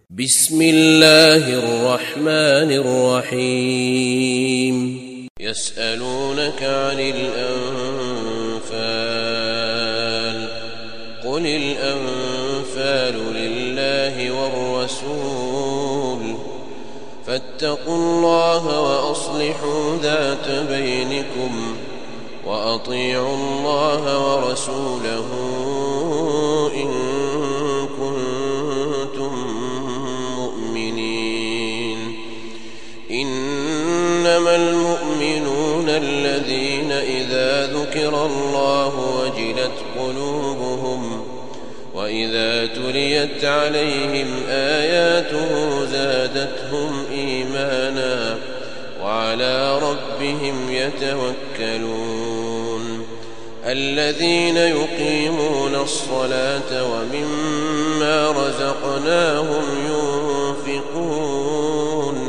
بسم الله الرحمن الرحيم يسألونك عن الأنفال قل الأنفال لله والرسول فاتقوا الله وأصلحوا ذات بينكم وأطيعوا الله ورسوله إن كنتم مؤمنين إنما المؤمنون الذين إذا ذكر الله وجلت قلوبهم وإذا تليت عليهم آياته زادتهم إيمانا وعلى ربهم يتوكلون الذين يقيمون الصلاة ومما رزقناهم ينفقون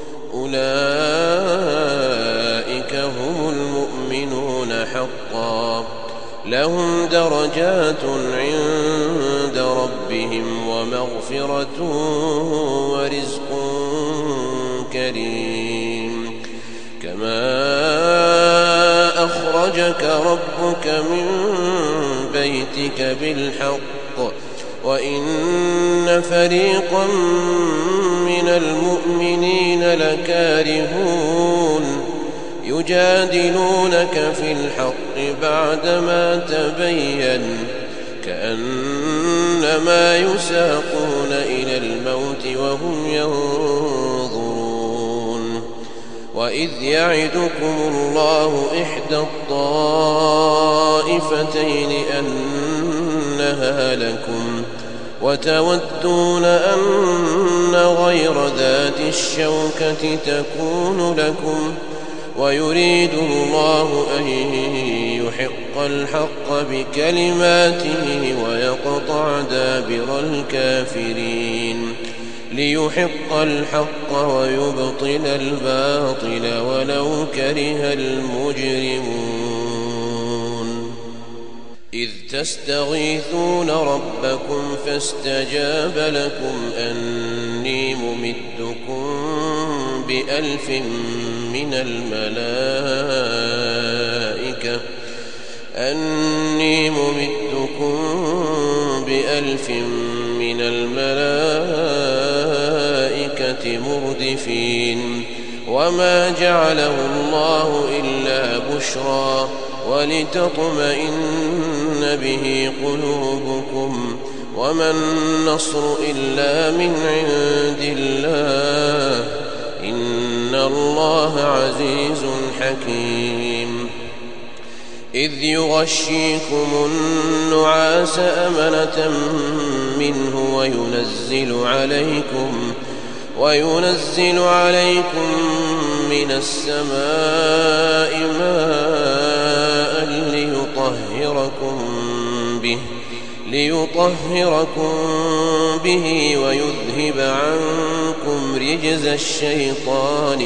أولئك هم المؤمنون حقا لهم درجات عند ربهم ومغفرة ورزق كريم كما أخرجك ربك من بيتك بالحق وإن فريقا من المؤمنين لكارهون يجادلونك في الحق بعدما تبين كأنما يساقون إلى الموت وهم ينظرون وإذ يعدكم الله إحدى الطائفتين أنها لكم وتودون أن غير ذات الشوكة تكون لكم ويريد الله أن يحق الحق بكلماته ويقطع دابر الكافرين ليحق الحق ويبطل الباطل ولو كره المجرمون إذ تستغيثون ربكم فاستجاب لكم أني ممدكم ب1000 من الملائكة مردفين وما جعله الله إلا بشرى ولتطمئن به قلوبكم وما النصر إلا من عند الله إن الله عزيز حكيم إذ يغشيكم النعاس أمنة منه وينزل عليكم من السماء ماء ليطهركم به ويذهب عنكم رجز الشيطان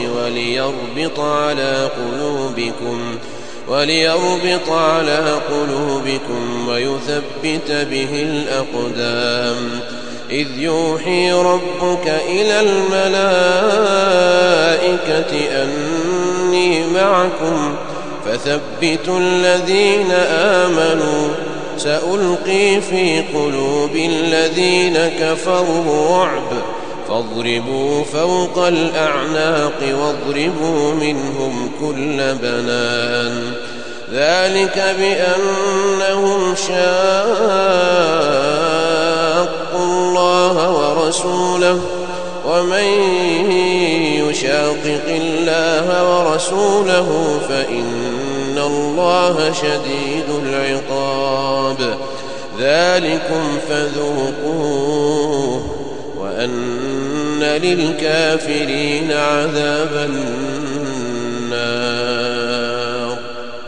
وليربط على قلوبكم ويثبت به الأقدام إذ يوحي ربك إلى الملائكة أني معكم فثبتوا الذين آمنوا سألقي في قلوب الذين كفروا الرعب فاضربوا فوق الأعناق واضربوا منهم كل بنان ذلك بأنهم شاقوا الله ورسوله ومن يشاقق الله ورسوله فإن الله شديد العقاب ذلكم فذوقوه وأن للكافرين عذاب النار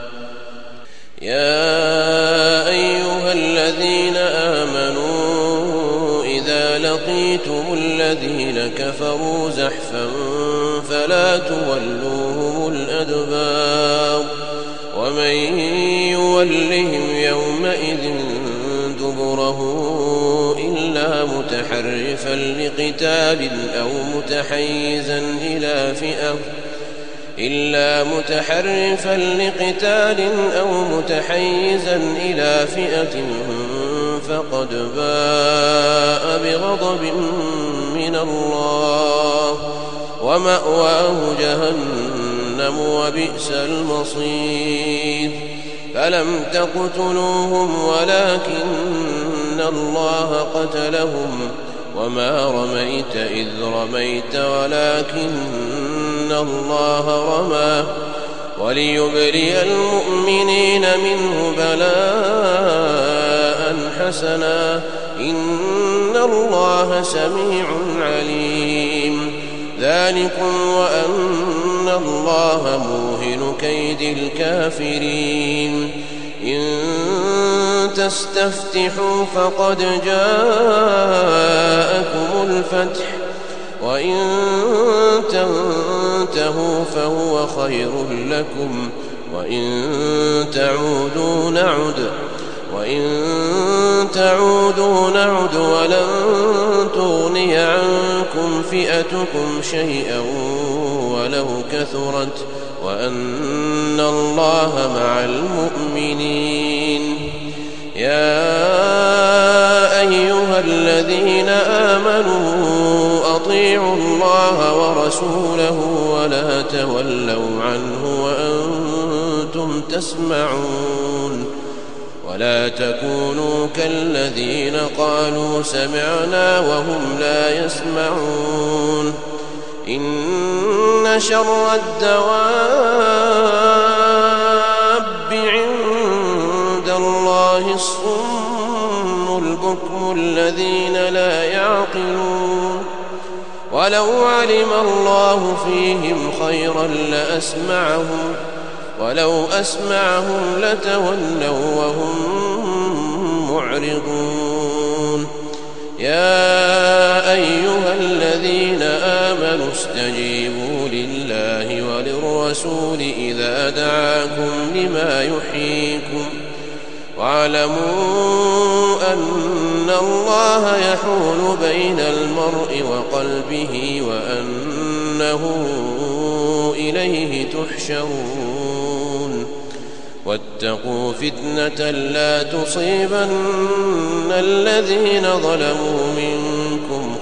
يا أيها الذين آمنوا إذا لقيتم الذين كفروا زحفا فلا تولوهم الأدبار ومن يولهم يومئذ دبره إلا إلا متحرفا لقتال أو متحيزا إلى فئة فقد باء بغضب من الله ومأواه جهنم وبئس المصير فلم تقتلوهم ولكن الله قتلهم وما رميت إذ رميت ولكن الله رمى وليبلي المؤمنين منه بلاء حسنا إن الله سميع عليم ذلكم وأن الله موهن كيد الكافرين إن تستفتحوا فقد جاءكم الفتح وإن تنتهوا فهو خير لكم وإن تعودوا نعد ولن تغني عنكم فئتكم شيئا ولو كثرت وأن الله مع المؤمنين يا أيها الذين آمنوا أطيعوا الله ورسوله ولا تولوا عنه وأنتم تسمعون ولا تكونوا كالذين قالوا سمعنا وهم لا يسمعون إن شر الدواب عند الله الصم البكم الذين لا يعقلون ولو علم الله فيهم خيرا لأسمعهم ولو أسمعهم لتولوا وهم معرضون يا أيها الذين آمنوا استجيبوا لله وللرسول إذا دعاكم لما يحييكم واعلموا أن الله يحول بين المرء وقلبه وأنه إليه تحشرون واتقوا فتنة لا تصيبن الذين ظلموا منكم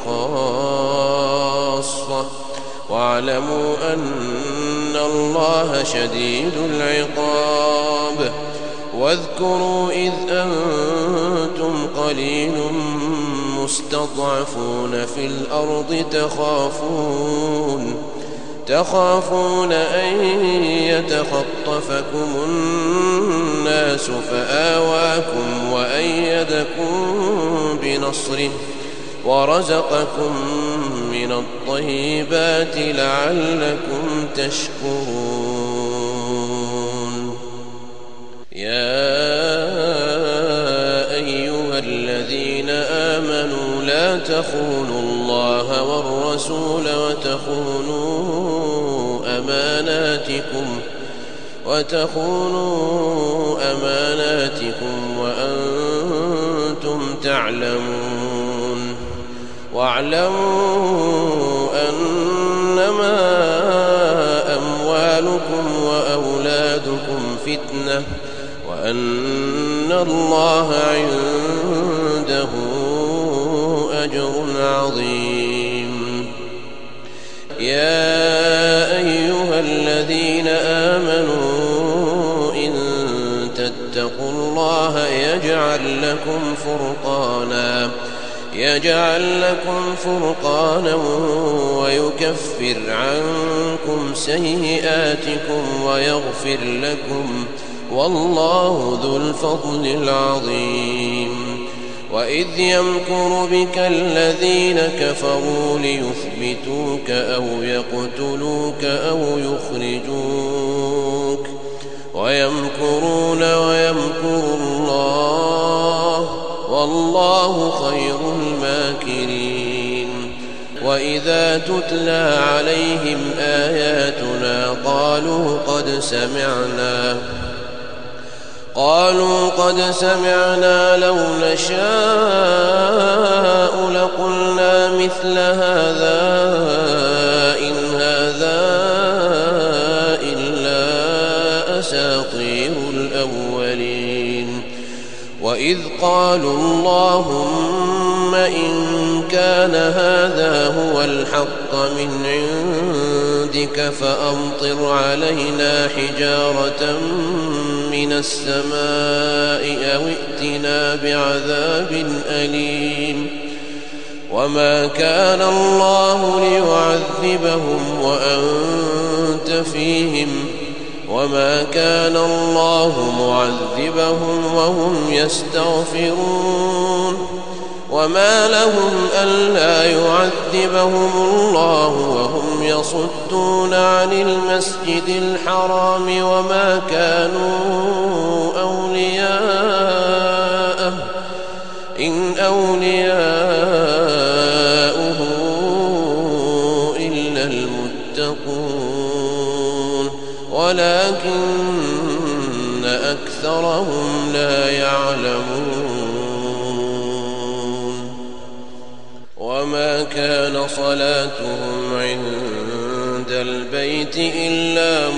خاصة واعلموا أن الله شديد العقاب واذكروا إذ أنتم قليل مستضعفون في الأرض تخافون أن يتخطفكم الناس فآواكم وأيدكم بنصره ورزقكم من الطيبات لعلكم تشكرون يا أيها الذين آمنوا لا تخونوا الله والرسول وتخونوا أماناتكم وأنتم تعلمون واعلموا أنما أموالكم وأولادكم فتنة وأن الله عنده أجر عظيم يا أيها الذين آمنوا إن تتقوا الله يجعل لكم فرقانا ويكفر عنكم سيئاتكم ويغفر لكم والله ذو الفضل العظيم وإذ يمكر بك الذين كفروا ليثبتوك أو يقتلوك أو يخرجوك ويمكرون ويمكر الله والله خير الماكرين وإذا تتلى عليهم آياتنا قالوا قالوا قد سمعنا لو نشاء لقلنا مثل هذا إن هذا إلا أساطير الأولين وإذ قالوا اللهم إن كان هذا هو الحق من عندك فأمطر علينا حجارة من السماء أو ائتنا بعذاب أليم وما كان الله ليعذبهم وأنت فيهم وما كان الله معذبهم وهم يستغفرون وما لهم ألا يعذبهم الله وهم يصدون عن المسجد الحرام وما كانوا أولياءه إن أولياؤه إلا المتقون ولكن أكثرهم لا يعلمون وما كان صلاتهم عند البيت إلا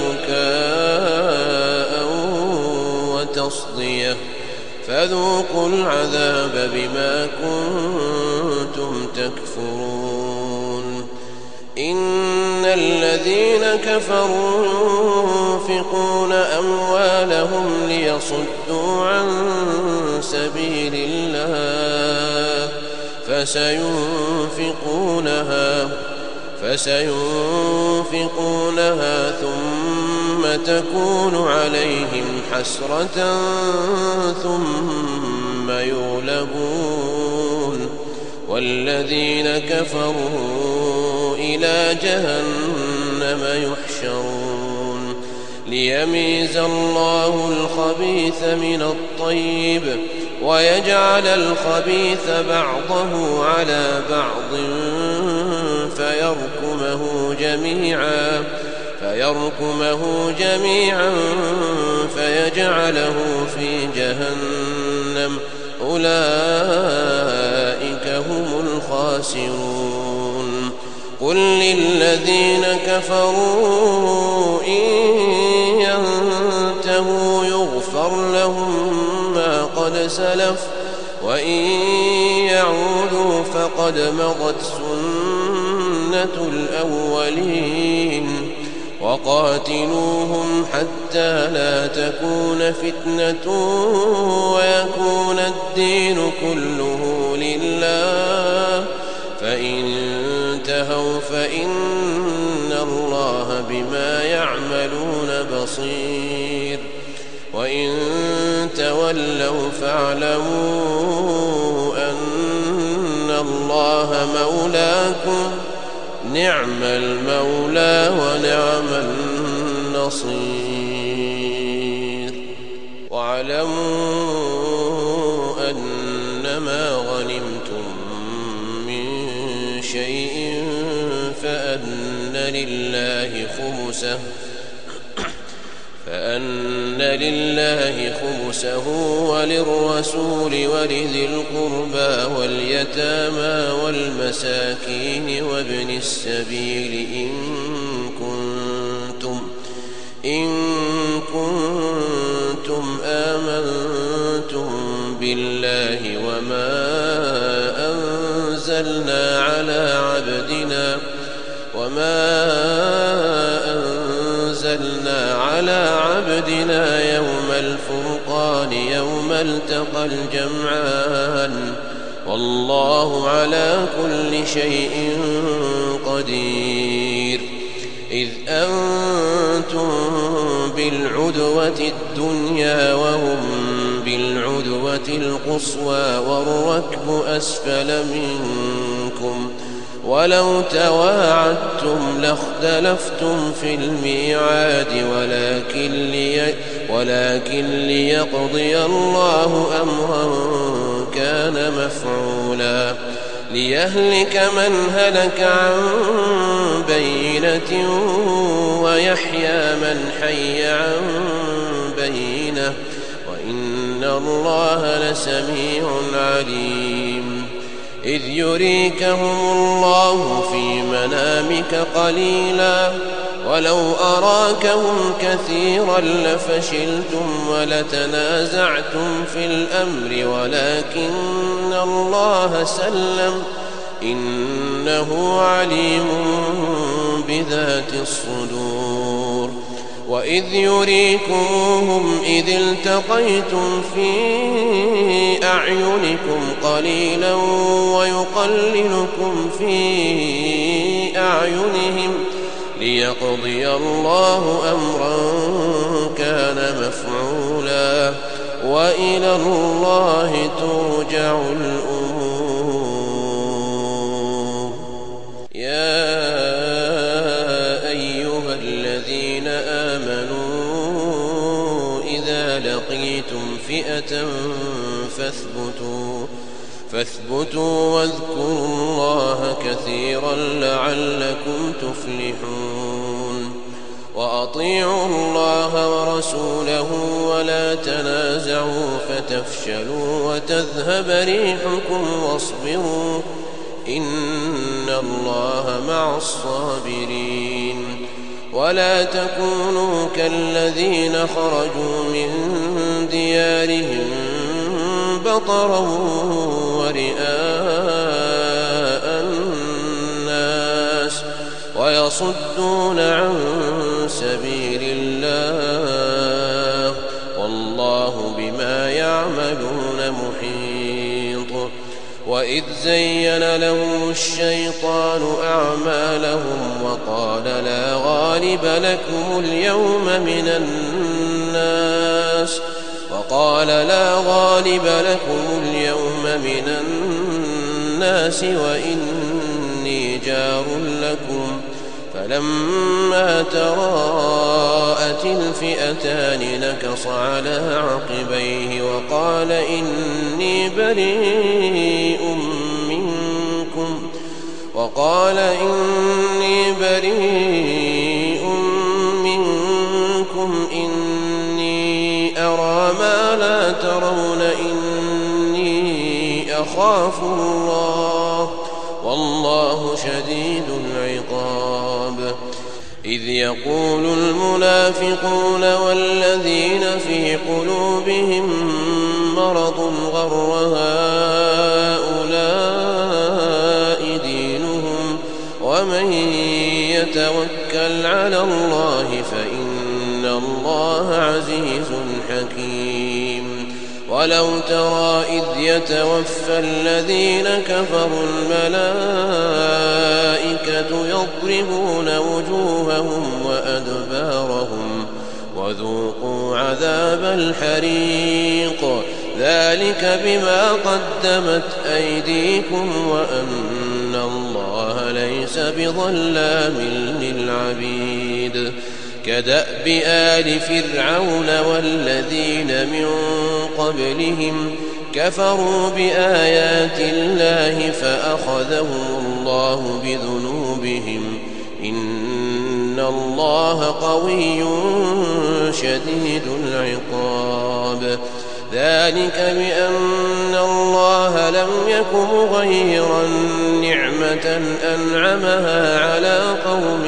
مكاء وتصدية فذوقوا العذاب بما كنتم تكفرون إن الذين كفروا ينفقون أموالهم ليصدوا عن سبيل الله فسينفقونها ثم تكون عليهم حسرة ثم يغلبون والذين كفروا إلى جهنم يحشرون ليميز الله الخبيث من الطيب ويجعل الخبيث بعضه على بعض فيركمه جميعا فيجعله في جهنم أولئك هم الخاسرون قل للذين كفروا إن ينتهوا يغفر لهم ما قد سلف وإن يعودوا فقد مضت سنة الأولين وقاتلوهم حتى لا تكون فتنة ويكون الدين كله لله فإن انتهوا فإن الله بما يعملون بصير وإن تولوا فاعلموا أن الله مولاكم نعم المولى ونعم النصير واعلموا أنما غنمتم من شيء فأن لله خمسه وللرسول ولذي القربى واليتامى والمساكين وابن السبيل إن كنتم آمنتم بالله وما أنزلنا على عبدنا يوم الفرقان يوم التقى الجمعان والله على كل شيء قدير إذ أنتم بالعدوة الدنيا وهم بالعدوة القصوى والركب أسفل منكم ولو تواعدتم لاختلفتم في الميعاد ولكن ليقضي الله أمرا كان مفعولا ليهلك من هلك عن بينة ويحيى من حي عن بينة وإن إن الله لسميع عليم إذ يريكهم الله في منامك قليلا ولو أراكهم كثيرا لفشلتم ولتنازعتم في الأمر ولكن الله سلم إنه عليم بذات الصدور وإذ يريكموهم إذ التقيتم في أعينكم قليلا ويقللكم في أعينهم ليقضي الله أمرا كان مفعولا وإلى الله ترجع الأمور يا أيها الذين آمنوا إذا لقيتم فئة فاثبتوا واذكروا الله كثيرا لعلكم تفلحون وأطيعوا الله ورسوله ولا تنازعوا فتفشلوا وتذهب ريحكم واصبروا إن الله مع الصابرين ولا تكونوا كالذين خرجوا من ديارهم بطرا ورئاء الناس ويصدون عن سبيل الله والله بما يعملون محيط وإذ زين لهم الشيطان أعمالهم وقال لا غالب لكم اليوم من الناس وإني جار لكم فلما تراءت الفئتان نكص على عقبيه وقال إني بريء منكم إني أرى ما لا ترون إني أخاف الله والله شديد العقاب إذ يقول المنافقون والذين في قلوبهم مرض غر هؤلاء دينهم ومن يتوكل على الله فإن الله عزيز حكيم ولو ترى إذ يتوفى الذين كفروا الملائكة يضربون وجوههم وأدبارهم وذوقوا عذاب الحريق ذلك بما قدمت أيديكم وأن الله ليس بظلام للعبيد كدأب آل فرعون والذين من قبلهم كفروا بآيات الله فأخذهم الله بذنوبهم إن الله قوي شديد العقاب ذلك بأن الله لم يك مغيرا نعمة أنعمها على قوم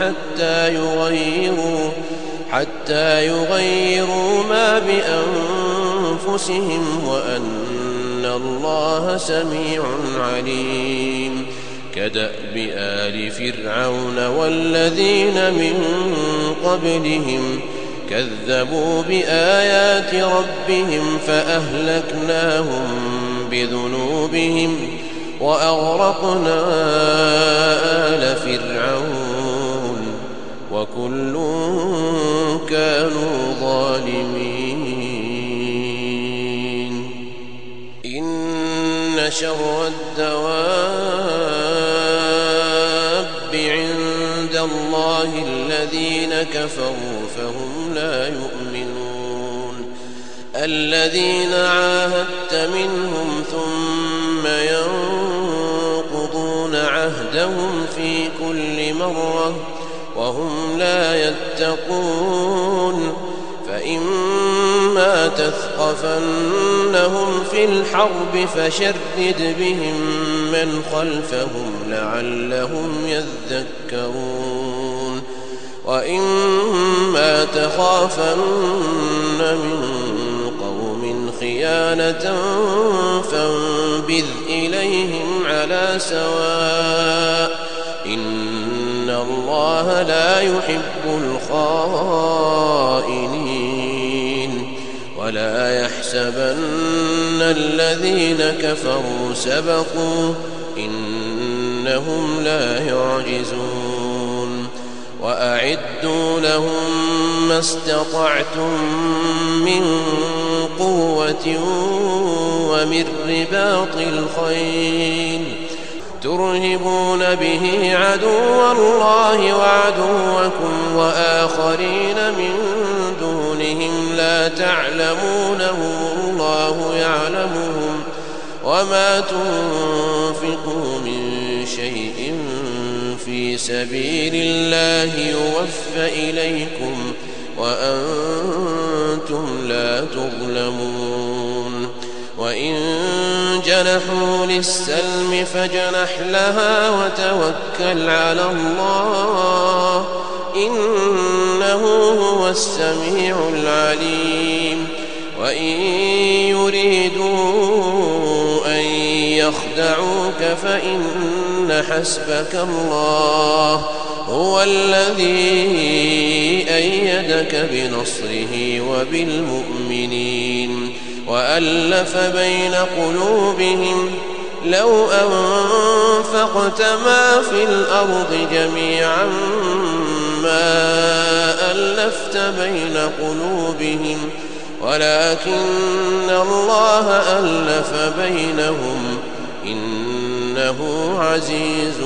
حتى يغيروا ما بأنفسهم وأن الله سميع عليم كدأب آل فرعون والذين من قبلهم كذبوا بآيات ربهم فأهلكناهم بذنوبهم وأغرقنا آل فرعون وكل كانوا ظالمين إن شر الدواب عند الله الذين كفروا فهم لا يؤمنون الذين عاهدت منهم ثم ينقضون عهدهم في كل مرة وهم لا يتقون فإما وإما تثقفنهم في الحرب فشرد بهم من خلفهم لعلهم يذكرون وإما تخافن من قوم خيانة فانبذ إليهم على سواء إن الله لا يحب الخائنين ولا يحسبن الذين كفروا سبقوا إنهم لا يعجزون وأعدوا لهم ما استطعتم من قوة ومن رباط الخيل ترهبون به عدو الله وعدوكم وآخرين من دونهم لا تعلمونهم الله يعلمهم وما تنفقوا من شيء في سبيل الله يوفى إليكم وأنتم لا تظلمون وإن جنحوا للسلم فاجنح لها وتوكل على الله إنه هو السميع العليم وإن يريدوا أن يخدعوك فإن حسبك الله هو الذي أيدك بنصره وبالمؤمنين وألف بين قلوبهم لو أنفقت ما في الأرض جميعا ما ألفت بين قلوبهم ولكن الله ألف بينهم إنه عزيز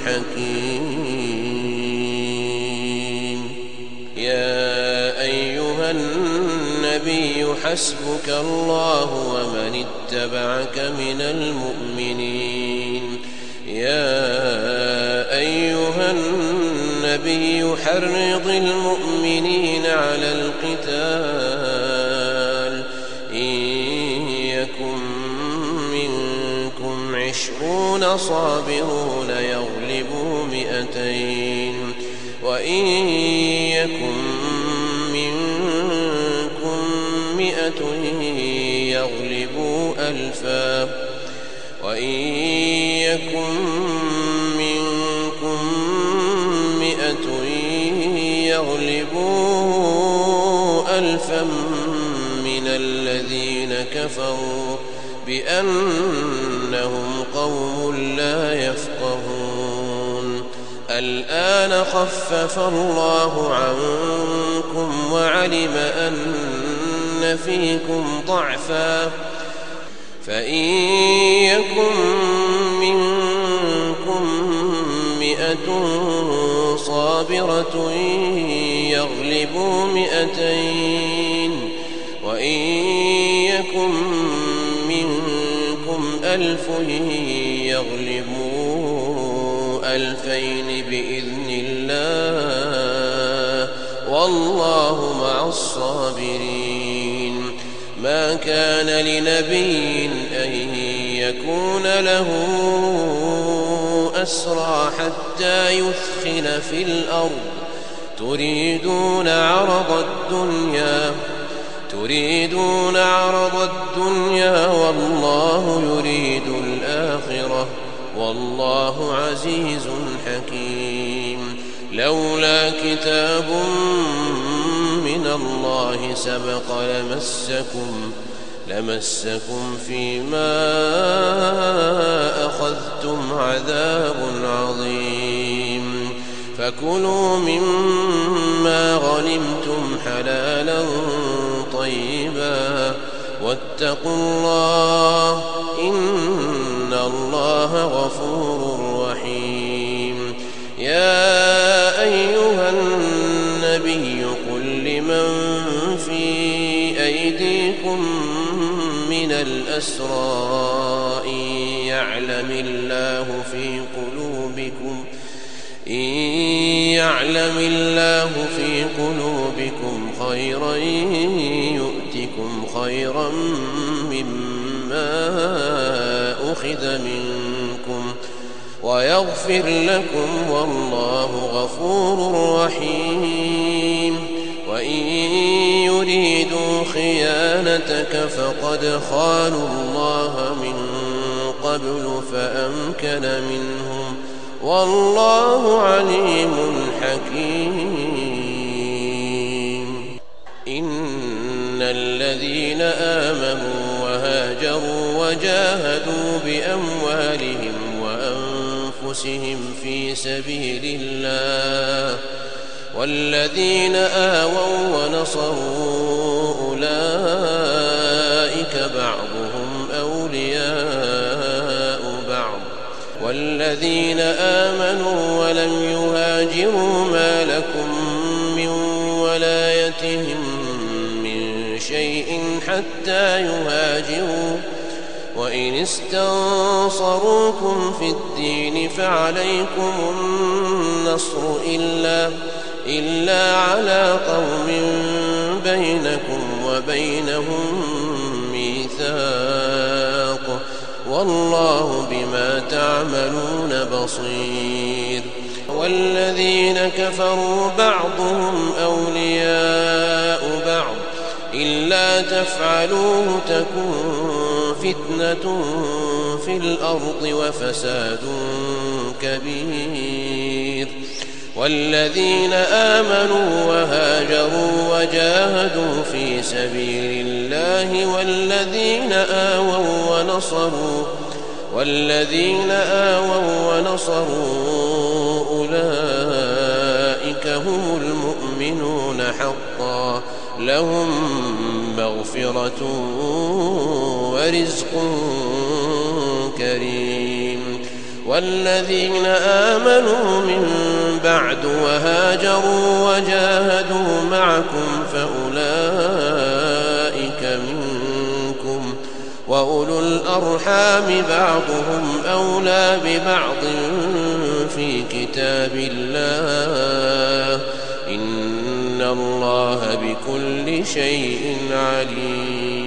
حكيم يا أيها النبي حسبك الله ومن اتبعك من المؤمنين يا أيها النبي حرض المؤمنين على القتال إن يكن منكم 20 صابرون يغلبوا 200 وإن يكن منكم 100 يغلبوا 1000 وإن يكن منكم 100 يغلبوا 1000 من الذين كفروا بأنهم قوم لا يفقهون الآن خفف الله عنكم وعلم أن فيكم ضعفا فإن يكن منكم 100 صابرة يغلبوا 200 وإن يكن منكم 1000 يغلبوا 2000 بإذن الله والله مع الصابرين ما كان لنبي أن يكون له أسرى حتى يثخن في الأرض تريدون عرض الدنيا والله يريد الآخرة والله عزيز حكيم لولا كتاب من الله سبق لمسكم فيما أخذتم عذاب عظيم فكلوا مما غنمتم حلالا طيبا واتقوا الله إن الله غفور رحيم يا أيها النبي قل لمن في أيديكم من الأسرى إن يعلم الله إن يعلم الله في قلوبكم خيرا يؤتكم خيرا مما أخذ منكم ويغفر لكم والله غفور رحيم. وإن يريدوا خيانتك فقد خانوا الله من قبل فأمكن منهم والله عليم حكيم. إن الذين آمنوا وهاجروا وجاهدوا بأموالهم وأنفسهم في سبيل الله والذين آووا ونصروا أولئك بعضهم أولياء بعض والذين آمنوا ولم يهاجروا ما لكم من ولايتهم من شيء حتى يهاجروا وإن استنصروكم في الدين فعليكم النصر إلا على قوم بينكم وبينهم ميثاق والله بما تعملون بصير. والذين كفروا بعضهم أولياء بعض إلا تفعلوه تكن فتنة في الأرض وفساد كبير. والذين آمنوا وهاجروا وجاهدوا في سبيل الله والذين آووا ونصروا أولئك هم المؤمنون حقا لهم مغفرة ورزق كريم. والذين آمنوا من بعد وهاجروا وجاهدوا معكم فأولئك منكم وأولو الأرحام بعضهم أولى ببعض في كتاب الله إن الله بكل شيء عليم.